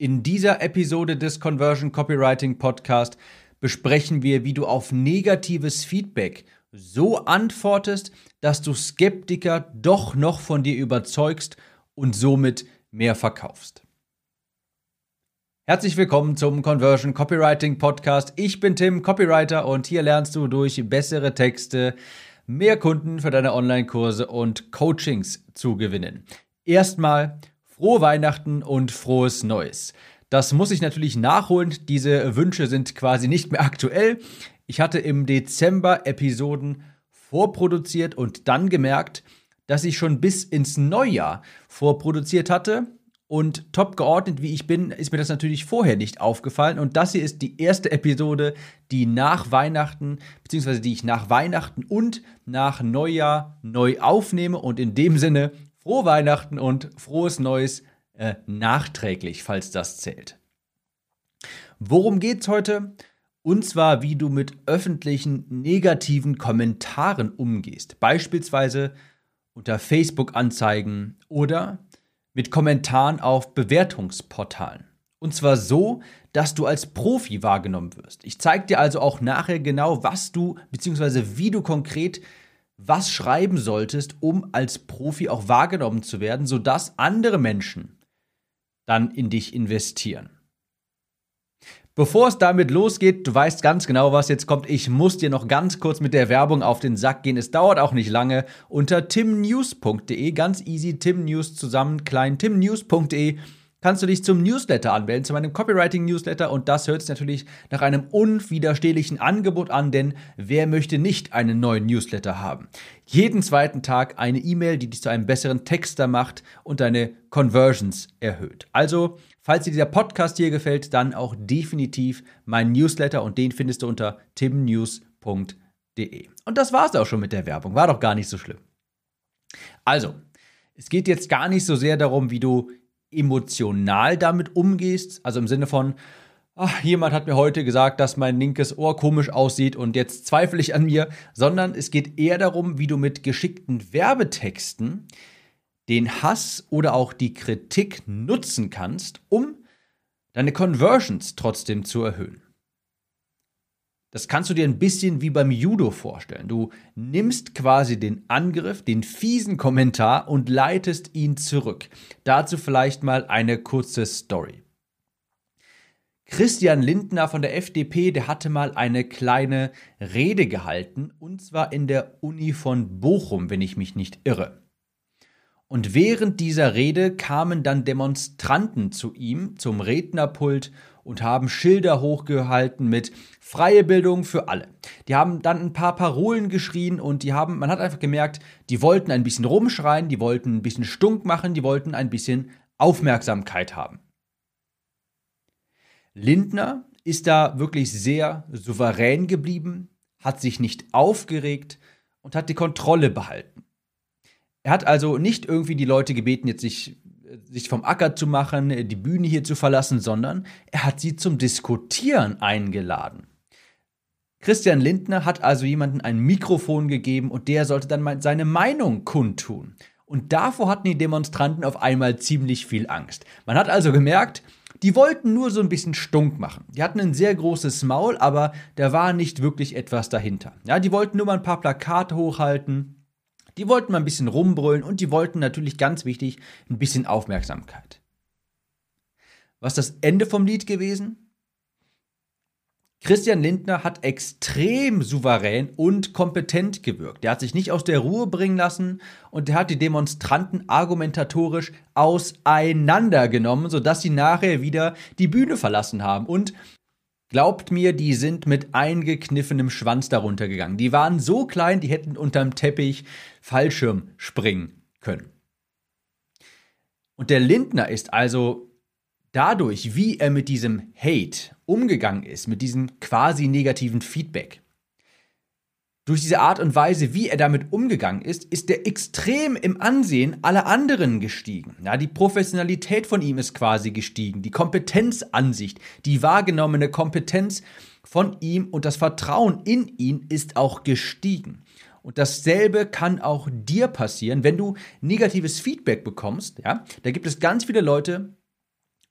In dieser Episode des Conversion Copywriting Podcast besprechen wir, wie du auf negatives Feedback so antwortest, dass du Skeptiker doch noch von dir überzeugst und somit mehr verkaufst. Herzlich willkommen zum Conversion Copywriting Podcast. Ich bin Tim, Copywriter, und hier lernst du durch bessere Texte mehr Kunden für deine Online-Kurse und Coachings zu gewinnen. Erstmal frohe Weihnachten und frohes Neues. Das muss ich natürlich nachholen. Diese Wünsche sind quasi nicht mehr aktuell. Ich hatte im Dezember Episoden vorproduziert und dann gemerkt, dass ich schon bis ins Neujahr vorproduziert hatte. Und top geordnet, wie ich bin, ist mir das natürlich vorher nicht aufgefallen. Und das hier ist die erste Episode, die nach Weihnachten, beziehungsweise die ich nach Weihnachten und nach Neujahr neu aufnehme. Und in dem Sinne, frohe Weihnachten und frohes Neues nachträglich, falls das zählt. Worum geht's heute? Und zwar, wie du mit öffentlichen negativen Kommentaren umgehst. Beispielsweise unter Facebook-Anzeigen oder mit Kommentaren auf Bewertungsportalen. Und zwar so, dass du als Profi wahrgenommen wirst. Ich zeige dir also auch nachher genau, was du, beziehungsweise wie du konkret was schreiben solltest, um als Profi auch wahrgenommen zu werden, sodass andere Menschen dann in dich investieren. Bevor es damit losgeht, du weißt ganz genau, was jetzt kommt. Ich muss dir noch ganz kurz mit der Werbung auf den Sack gehen. Es dauert auch nicht lange. Unter timnews.de, ganz easy, Timnews zusammen, klein, timnews.de, kannst du dich zum Newsletter anmelden, zu meinem Copywriting-Newsletter. Und das hört sich natürlich nach einem unwiderstehlichen Angebot an, denn wer möchte nicht einen neuen Newsletter haben? Jeden zweiten Tag eine E-Mail, die dich zu einem besseren Texter macht und deine Conversions erhöht. Also, falls dir dieser Podcast hier gefällt, dann auch definitiv mein Newsletter, und den findest du unter timnews.de. Und das war's auch schon mit der Werbung. War doch gar nicht so schlimm. Also, es geht jetzt gar nicht so sehr darum, wie du emotional damit umgehst, also im Sinne von, jemand hat mir heute gesagt, dass mein linkes Ohr komisch aussieht und jetzt zweifle ich an mir, sondern es geht eher darum, wie du mit geschickten Werbetexten den Hass oder auch die Kritik nutzen kannst, um deine Conversions trotzdem zu erhöhen. Das kannst du dir ein bisschen wie beim Judo vorstellen. Du nimmst quasi den Angriff, den fiesen Kommentar und leitest ihn zurück. Dazu vielleicht mal eine kurze Story. Christian Lindner von der FDP, der hatte mal eine kleine Rede gehalten, und zwar in der Uni von Bochum, wenn ich mich nicht irre. Und während dieser Rede kamen dann Demonstranten zu ihm, zum Rednerpult, und haben Schilder hochgehalten mit freie Bildung für alle. Die haben dann ein paar Parolen geschrien und man hat einfach gemerkt, die wollten ein bisschen rumschreien, die wollten ein bisschen stunk machen, die wollten ein bisschen Aufmerksamkeit haben. Lindner ist da wirklich sehr souverän geblieben, hat sich nicht aufgeregt und hat die Kontrolle behalten. Er hat also nicht irgendwie die Leute gebeten, jetzt sich vom Acker zu machen, die Bühne hier zu verlassen, sondern er hat sie zum Diskutieren eingeladen. Christian Lindner hat also jemandem ein Mikrofon gegeben und der sollte dann mal seine Meinung kundtun. Und davor hatten die Demonstranten auf einmal ziemlich viel Angst. Man hat also gemerkt, die wollten nur so ein bisschen stunk machen. Die hatten ein sehr großes Maul, aber da war nicht wirklich etwas dahinter. Ja, die wollten nur mal ein paar Plakate hochhalten. Die wollten mal ein bisschen rumbrüllen und die wollten natürlich, ganz wichtig, ein bisschen Aufmerksamkeit. Was ist das Ende vom Lied gewesen? Christian Lindner hat extrem souverän und kompetent gewirkt. Der hat sich nicht aus der Ruhe bringen lassen und der hat die Demonstranten argumentatorisch auseinandergenommen, sodass sie nachher wieder die Bühne verlassen haben. Und glaubt mir, die sind mit eingekniffenem Schwanz darunter gegangen. Die waren so klein, die hätten unterm Teppich Fallschirm springen können. Und der Lindner ist also dadurch, wie er mit diesem Hate umgegangen ist, mit diesem quasi negativen Feedback, durch diese Art und Weise, wie er damit umgegangen ist er extrem im Ansehen aller anderen gestiegen. Ja, die Professionalität von ihm ist quasi gestiegen, die Kompetenzansicht, die wahrgenommene Kompetenz von ihm und das Vertrauen in ihn ist auch gestiegen. Und dasselbe kann auch dir passieren, wenn du negatives Feedback bekommst. Ja? Da gibt es ganz viele Leute,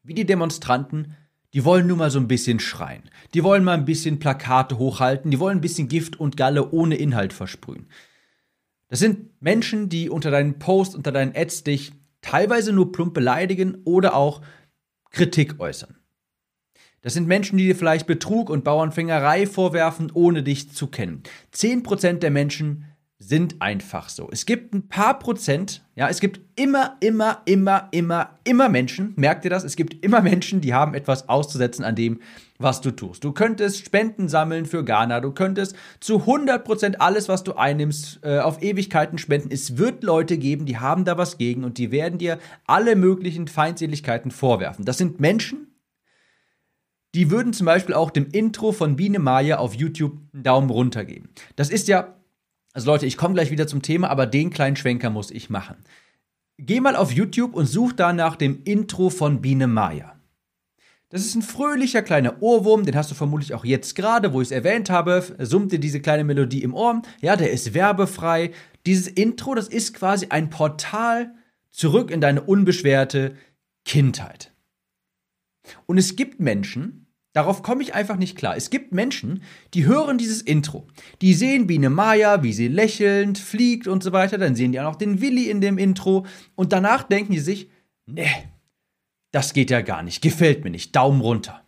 wie die Demonstranten, die wollen nur mal so ein bisschen schreien. Die wollen mal ein bisschen Plakate hochhalten, die wollen ein bisschen Gift und Galle ohne Inhalt versprühen. Das sind Menschen, die unter deinen Posts, unter deinen Ads dich teilweise nur plump beleidigen oder auch Kritik äußern. Das sind Menschen, die dir vielleicht Betrug und Bauernfängerei vorwerfen, ohne dich zu kennen. 10% der Menschen sind einfach so. Es gibt ein paar Prozent, ja, es gibt immer Menschen, merkt ihr das? Es gibt immer Menschen, die haben etwas auszusetzen an dem, was du tust. Du könntest Spenden sammeln für Ghana, du könntest zu 100% alles, was du einnimmst, auf Ewigkeiten spenden. Es wird Leute geben, die haben da was gegen und die werden dir alle möglichen Feindseligkeiten vorwerfen. Das sind Menschen, die würden zum Beispiel auch dem Intro von Biene Maya auf YouTube einen Daumen runter geben. Das ist ja, also Leute, ich komme gleich wieder zum Thema, aber den kleinen Schwenker muss ich machen. Geh mal auf YouTube und such da nach dem Intro von Biene Maya. Das ist ein fröhlicher kleiner Ohrwurm, den hast du vermutlich auch jetzt gerade, wo ich es erwähnt habe, summt dir diese kleine Melodie im Ohr. Ja, der ist werbefrei. Dieses Intro, das ist quasi ein Portal zurück in deine unbeschwerte Kindheit. Und es gibt Menschen, darauf komme ich einfach nicht klar. Es gibt Menschen, die hören dieses Intro. Die sehen Biene Maya, wie sie lächelnd fliegt und so weiter. Dann sehen die auch noch den Willi in dem Intro. Und danach denken die sich, nee, das geht ja gar nicht, gefällt mir nicht, Daumen runter.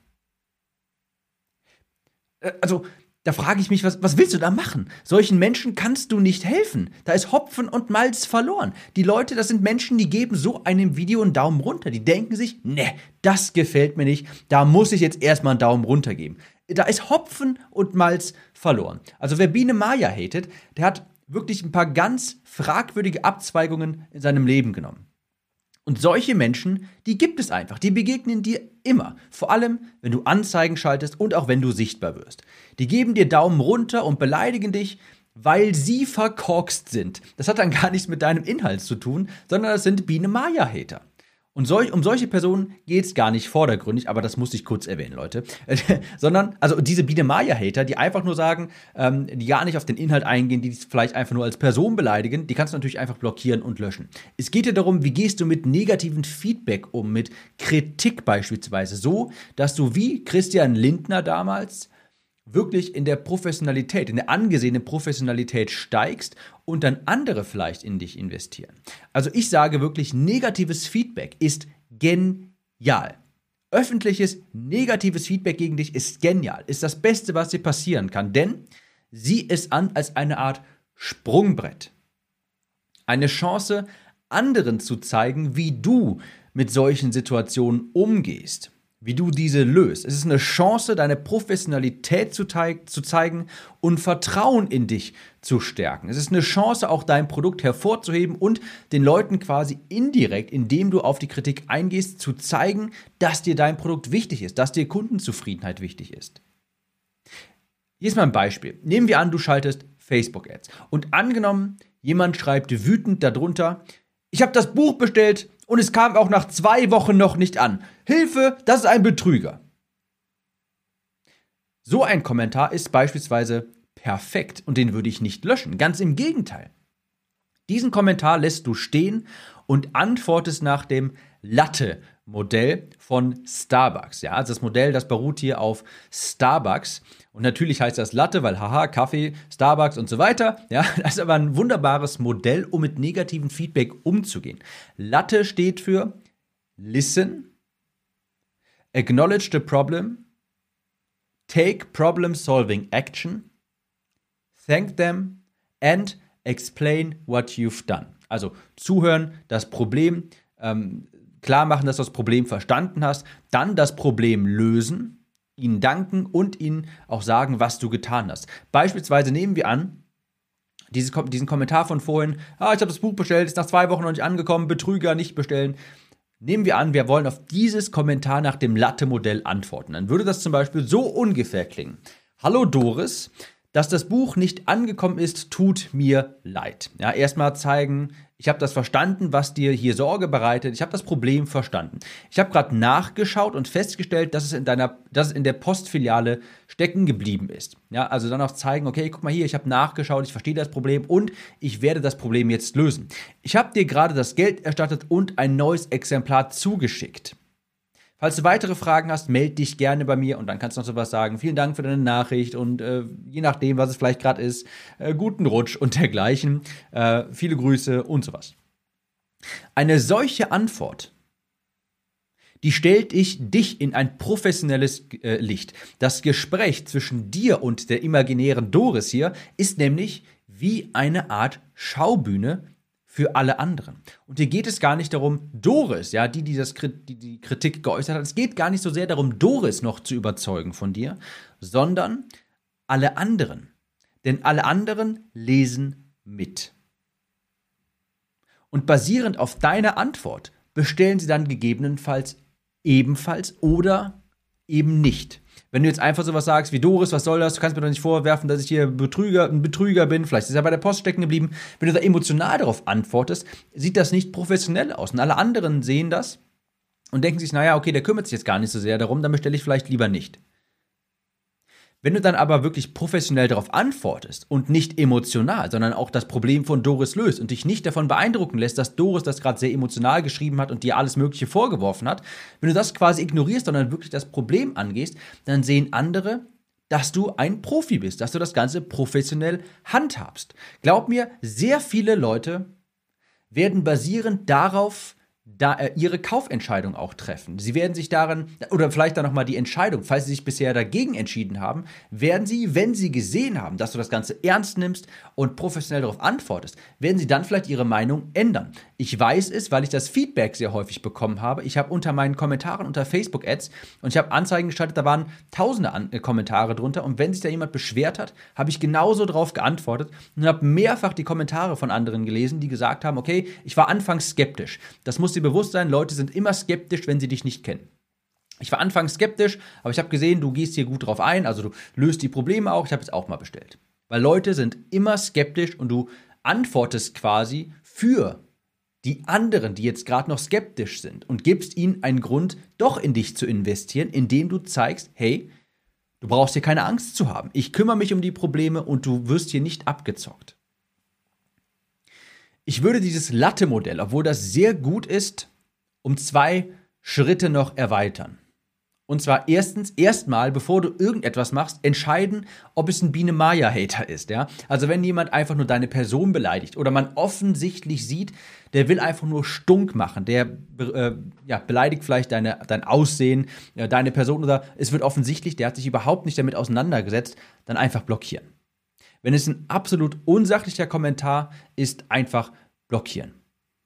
Also, da frage ich mich, was willst du da machen? Solchen Menschen kannst du nicht helfen. Da ist Hopfen und Malz verloren. Die Leute, das sind Menschen, die geben so einem Video einen Daumen runter. Die denken sich, ne, das gefällt mir nicht. Da muss ich jetzt erstmal einen Daumen runter geben. Da ist Hopfen und Malz verloren. Also wer Biene Maya hatet, der hat wirklich ein paar ganz fragwürdige Abzweigungen in seinem Leben genommen. Und solche Menschen, die gibt es einfach, die begegnen dir immer. Vor allem, wenn du Anzeigen schaltest und auch wenn du sichtbar wirst. Die geben dir Daumen runter und beleidigen dich, weil sie verkorkst sind. Das hat dann gar nichts mit deinem Inhalt zu tun, sondern das sind Biene Maya-Hater. Und um solche Personen geht es gar nicht vordergründig, aber das muss ich kurz erwähnen, Leute. Sondern, also diese Biene Maya-Hater, die einfach nur sagen, die gar nicht auf den Inhalt eingehen, die vielleicht einfach nur als Person beleidigen, die kannst du natürlich einfach blockieren und löschen. Es geht dir darum, wie gehst du mit negativen Feedback um, mit Kritik beispielsweise, so, dass du wie Christian Lindner damals wirklich in der Professionalität, in der angesehenen Professionalität steigst und dann andere vielleicht in dich investieren. Also ich sage wirklich, negatives Feedback ist genial. Öffentliches, negatives Feedback gegen dich ist genial, ist das Beste, was dir passieren kann, denn sieh es an als eine Art Sprungbrett. Eine Chance, anderen zu zeigen, wie du mit solchen Situationen umgehst. Wie du diese löst. Es ist eine Chance, deine Professionalität zu zeigen und Vertrauen in dich zu stärken. Es ist eine Chance, auch dein Produkt hervorzuheben und den Leuten quasi indirekt, indem du auf die Kritik eingehst, zu zeigen, dass dir dein Produkt wichtig ist, dass dir Kundenzufriedenheit wichtig ist. Hier ist mal ein Beispiel. Nehmen wir an, du schaltest Facebook-Ads und angenommen, jemand schreibt wütend darunter, ich habe das Buch bestellt und es kam auch nach 2 Wochen noch nicht an. Hilfe, das ist ein Betrüger. So ein Kommentar ist beispielsweise perfekt und den würde ich nicht löschen. Ganz im Gegenteil. Diesen Kommentar lässt du stehen und antwortest nach dem Latte-Modell von Starbucks. Ja, also das Modell, das beruht hier auf Starbucks. Und natürlich heißt das Latte, weil haha, Kaffee, Starbucks und so weiter. Ja, das ist aber ein wunderbares Modell, um mit negativem Feedback umzugehen. Latte steht für Listen, Acknowledge the problem, Take problem-solving action, Thank them and explain what you've done. Also zuhören, das Problem klar machen, dass du das Problem verstanden hast, dann das Problem lösen, ihnen danken und ihnen auch sagen, was du getan hast. Beispielsweise nehmen wir an, diesen Kommentar von vorhin, ich habe das Buch bestellt, ist nach 2 Wochen noch nicht angekommen, Betrüger, nicht bestellen. Nehmen wir an, wir wollen auf dieses Kommentar nach dem Latte-Modell antworten. Dann würde das zum Beispiel so ungefähr klingen. Hallo Doris, dass das Buch nicht angekommen ist, tut mir leid. Ja, erstmal zeigen, ich habe das verstanden, was dir hier Sorge bereitet. Ich habe das Problem verstanden. Ich habe gerade nachgeschaut und festgestellt, dass es in der Postfiliale stecken geblieben ist. Ja, also dann auch zeigen, okay, guck mal hier, ich habe nachgeschaut, ich verstehe das Problem und ich werde das Problem jetzt lösen. Ich habe dir gerade das Geld erstattet und ein neues Exemplar zugeschickt. Falls du weitere Fragen hast, melde dich gerne bei mir und dann kannst du noch sowas sagen. Vielen Dank für deine Nachricht und je nachdem, was es vielleicht gerade ist, guten Rutsch und dergleichen. Viele Grüße und sowas. Eine solche Antwort, die stellt dich in ein professionelles Licht. Das Gespräch zwischen dir und der imaginären Doris hier ist nämlich wie eine Art Schaubühne für alle anderen. Und hier geht es gar nicht darum, Doris, ja, die Kritik geäußert hat, es geht gar nicht so sehr darum, Doris noch zu überzeugen von dir, sondern alle anderen. Denn alle anderen lesen mit. Und basierend auf deiner Antwort bestellen sie dann gegebenenfalls ebenfalls oder eben nicht. Wenn du jetzt einfach sowas sagst wie Doris, was soll das? Du kannst mir doch nicht vorwerfen, dass ich hier ein Betrüger bin. Vielleicht ist er bei der Post stecken geblieben. Wenn du da emotional darauf antwortest, sieht das nicht professionell aus. Und alle anderen sehen das und denken sich, naja, okay, der kümmert sich jetzt gar nicht so sehr darum, dann bestelle ich vielleicht lieber nicht. Wenn du dann aber wirklich professionell darauf antwortest und nicht emotional, sondern auch das Problem von Doris löst und dich nicht davon beeindrucken lässt, dass Doris das gerade sehr emotional geschrieben hat und dir alles Mögliche vorgeworfen hat, wenn du das quasi ignorierst, sondern wirklich das Problem angehst, dann sehen andere, dass du ein Profi bist, dass du das Ganze professionell handhabst. Glaub mir, sehr viele Leute werden basierend darauf ihre Kaufentscheidung auch treffen. Sie werden sich daran, oder vielleicht dann nochmal die Entscheidung, falls sie sich bisher dagegen entschieden haben, werden sie, wenn sie gesehen haben, dass du das Ganze ernst nimmst und professionell darauf antwortest, werden sie dann vielleicht ihre Meinung ändern. Ich weiß es, weil ich das Feedback sehr häufig bekommen habe. Ich habe unter meinen Kommentaren unter Facebook-Ads und ich habe Anzeigen geschaltet, da waren tausende Kommentare drunter und wenn sich da jemand beschwert hat, habe ich genauso darauf geantwortet und habe mehrfach die Kommentare von anderen gelesen, die gesagt haben, okay, ich war anfangs skeptisch. Das muss dir bewusst sein, Leute sind immer skeptisch, wenn sie dich nicht kennen. Ich war anfangs skeptisch, aber ich habe gesehen, du gehst hier gut drauf ein, also du löst die Probleme auch, ich habe es auch mal bestellt. Weil Leute sind immer skeptisch und du antwortest quasi für die anderen, die jetzt gerade noch skeptisch sind und gibst ihnen einen Grund, doch in dich zu investieren, indem du zeigst, hey, du brauchst hier keine Angst zu haben. Ich kümmere mich um die Probleme und du wirst hier nicht abgezockt. Ich würde dieses Latte-Modell, obwohl das sehr gut ist, um 2 Schritte noch erweitern. Und zwar erstens, erstmal, bevor du irgendetwas machst, entscheiden, ob es ein Biene-Maya-Hater ist. Ja? Also wenn jemand einfach nur deine Person beleidigt oder man offensichtlich sieht, der will einfach nur stunk machen, der beleidigt vielleicht dein Aussehen, deine Person oder es wird offensichtlich, der hat sich überhaupt nicht damit auseinandergesetzt, dann einfach blockieren. Wenn es ein absolut unsachlicher Kommentar ist, einfach blockieren.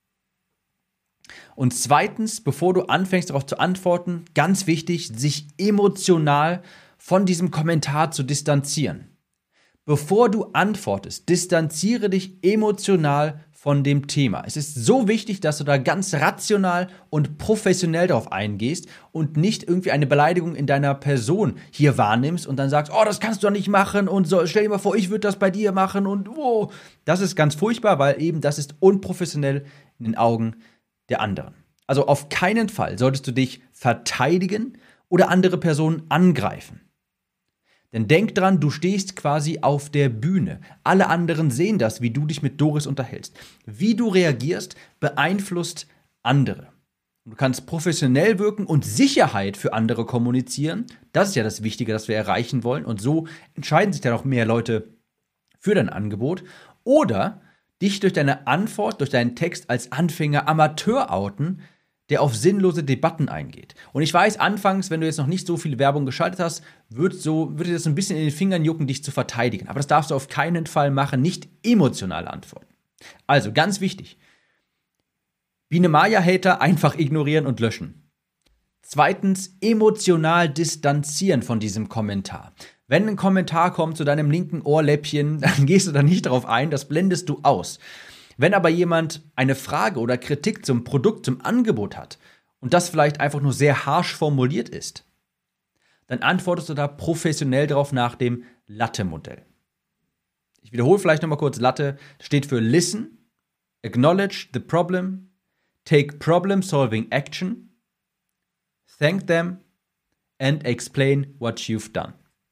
Und zweitens, bevor du anfängst darauf zu antworten, ganz wichtig, sich emotional von diesem Kommentar zu distanzieren. Bevor du antwortest, distanziere dich emotional von dem Thema. Es ist so wichtig, dass du da ganz rational und professionell darauf eingehst und nicht irgendwie eine Beleidigung in deiner Person hier wahrnimmst und dann sagst, oh, das kannst du doch nicht machen und so, stell dir mal vor, ich würde das bei dir machen und oh. Das ist ganz furchtbar, weil eben das ist unprofessionell in den Augen der anderen. Also auf keinen Fall solltest du dich verteidigen oder andere Personen angreifen. Denn denk dran, du stehst quasi auf der Bühne. Alle anderen sehen das, wie du dich mit Doris unterhältst. Wie du reagierst, beeinflusst andere. Du kannst professionell wirken und Sicherheit für andere kommunizieren. Das ist ja das Wichtige, das wir erreichen wollen. Und so entscheiden sich dann auch mehr Leute für dein Angebot. Oder dich durch deine Antwort, durch deinen Text als Anfänger Amateur outen, der auf sinnlose Debatten eingeht. Und ich weiß, anfangs, wenn du jetzt noch nicht so viel Werbung geschaltet hast, würde dir das ein bisschen in den Fingern jucken, dich zu verteidigen. Aber das darfst du auf keinen Fall machen, nicht emotionale Antworten. Also, ganz wichtig, Biene-Maya-Hater einfach ignorieren und löschen. Zweitens, emotional distanzieren von diesem Kommentar. Wenn ein Kommentar kommt zu deinem linken Ohrläppchen, dann gehst du da nicht drauf ein, das blendest du aus. Wenn aber jemand eine Frage oder Kritik zum Produkt, zum Angebot hat und das vielleicht einfach nur sehr harsch formuliert ist, dann antwortest du da professionell drauf nach dem Latte-Modell. Ich wiederhole vielleicht nochmal kurz, Latte steht für Listen, Acknowledge the problem, Take problem-solving action, Thank them and explain what you've done.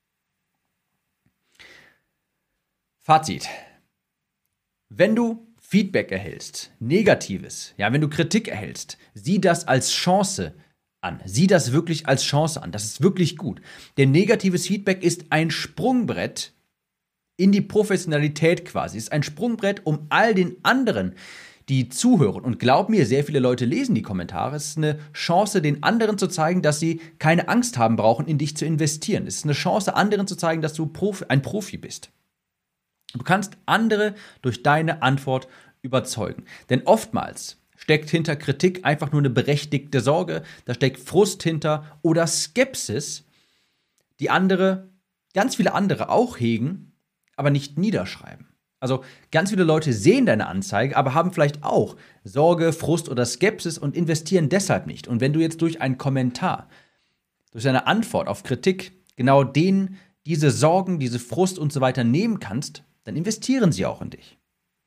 Fazit. Wenn du Feedback erhältst, Negatives, ja, wenn du Kritik erhältst, sieh das als Chance an. Sieh das wirklich als Chance an. Das ist wirklich gut. Denn negatives Feedback ist ein Sprungbrett in die Professionalität quasi. Es ist ein Sprungbrett, um all den anderen, die zuhören. Und glaub mir, sehr viele Leute lesen die Kommentare. Es ist eine Chance, den anderen zu zeigen, dass sie keine Angst haben brauchen, in dich zu investieren. Es ist eine Chance, anderen zu zeigen, dass du ein Profi bist. Du kannst andere durch deine Antwort überzeugen. Denn oftmals steckt hinter Kritik einfach nur eine berechtigte Sorge, da steckt Frust hinter oder Skepsis, die ganz viele andere auch hegen, aber nicht niederschreiben. Also ganz viele Leute sehen deine Anzeige, aber haben vielleicht auch Sorge, Frust oder Skepsis und investieren deshalb nicht. Und wenn du jetzt durch einen Kommentar, durch eine Antwort auf Kritik genau diese Sorgen, diese Frust und so weiter nehmen kannst, dann investieren sie auch in dich.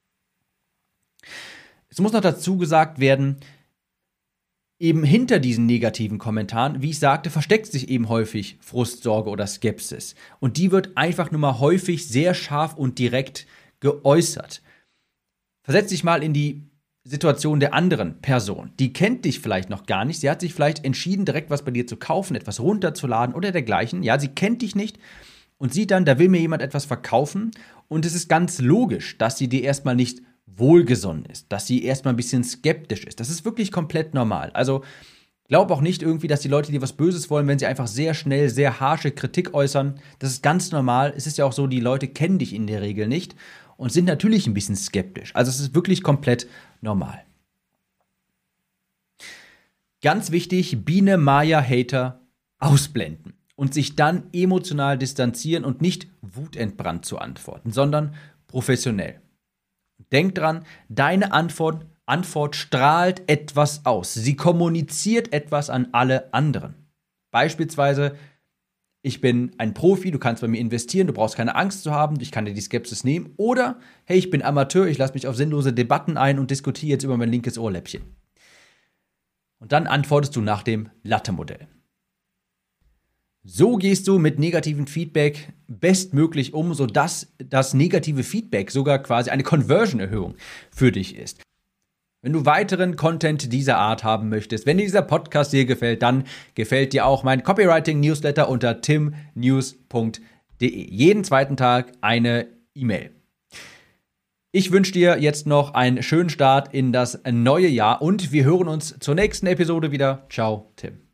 Es muss noch dazu gesagt werden, eben hinter diesen negativen Kommentaren, wie ich sagte, versteckt sich eben häufig Frust, Sorge oder Skepsis. Und die wird einfach nur mal häufig sehr scharf und direkt geäußert. Versetz dich mal in die Situation der anderen Person. Die kennt dich vielleicht noch gar nicht. Sie hat sich vielleicht entschieden, direkt was bei dir zu kaufen, etwas runterzuladen oder dergleichen. Ja, sie kennt dich nicht und sieht dann, da will mir jemand etwas verkaufen. Und es ist ganz logisch, dass sie dir erstmal nicht wohlgesonnen ist, dass sie erstmal ein bisschen skeptisch ist. Das ist wirklich komplett normal. Also glaub auch nicht irgendwie, dass die Leute dir was Böses wollen, wenn sie einfach sehr schnell, sehr harsche Kritik äußern. Das ist ganz normal. Es ist ja auch so, die Leute kennen dich in der Regel nicht und sind natürlich ein bisschen skeptisch. Also es ist wirklich komplett normal. Ganz wichtig, Biene Maya Hater ausblenden und sich dann emotional distanzieren und nicht wutentbrannt zu antworten, sondern professionell. Denk dran, deine Antwort strahlt etwas aus. Sie kommuniziert etwas an alle anderen. Beispielsweise, ich bin ein Profi, du kannst bei mir investieren, du brauchst keine Angst zu haben, ich kann dir die Skepsis nehmen. Oder, hey, ich bin Amateur, ich lasse mich auf sinnlose Debatten ein und diskutiere jetzt über mein linkes Ohrläppchen. Und dann antwortest du nach dem Latte-Modell. So gehst du mit negativem Feedback bestmöglich um, sodass das negative Feedback sogar quasi eine Conversion-Erhöhung für dich ist. Wenn du weiteren Content dieser Art haben möchtest, wenn dir dieser Podcast dir gefällt, dann gefällt dir auch mein Copywriting-Newsletter unter timnews.de. Jeden zweiten Tag eine E-Mail. Ich wünsche dir jetzt noch einen schönen Start in das neue Jahr und wir hören uns zur nächsten Episode wieder. Ciao, Tim.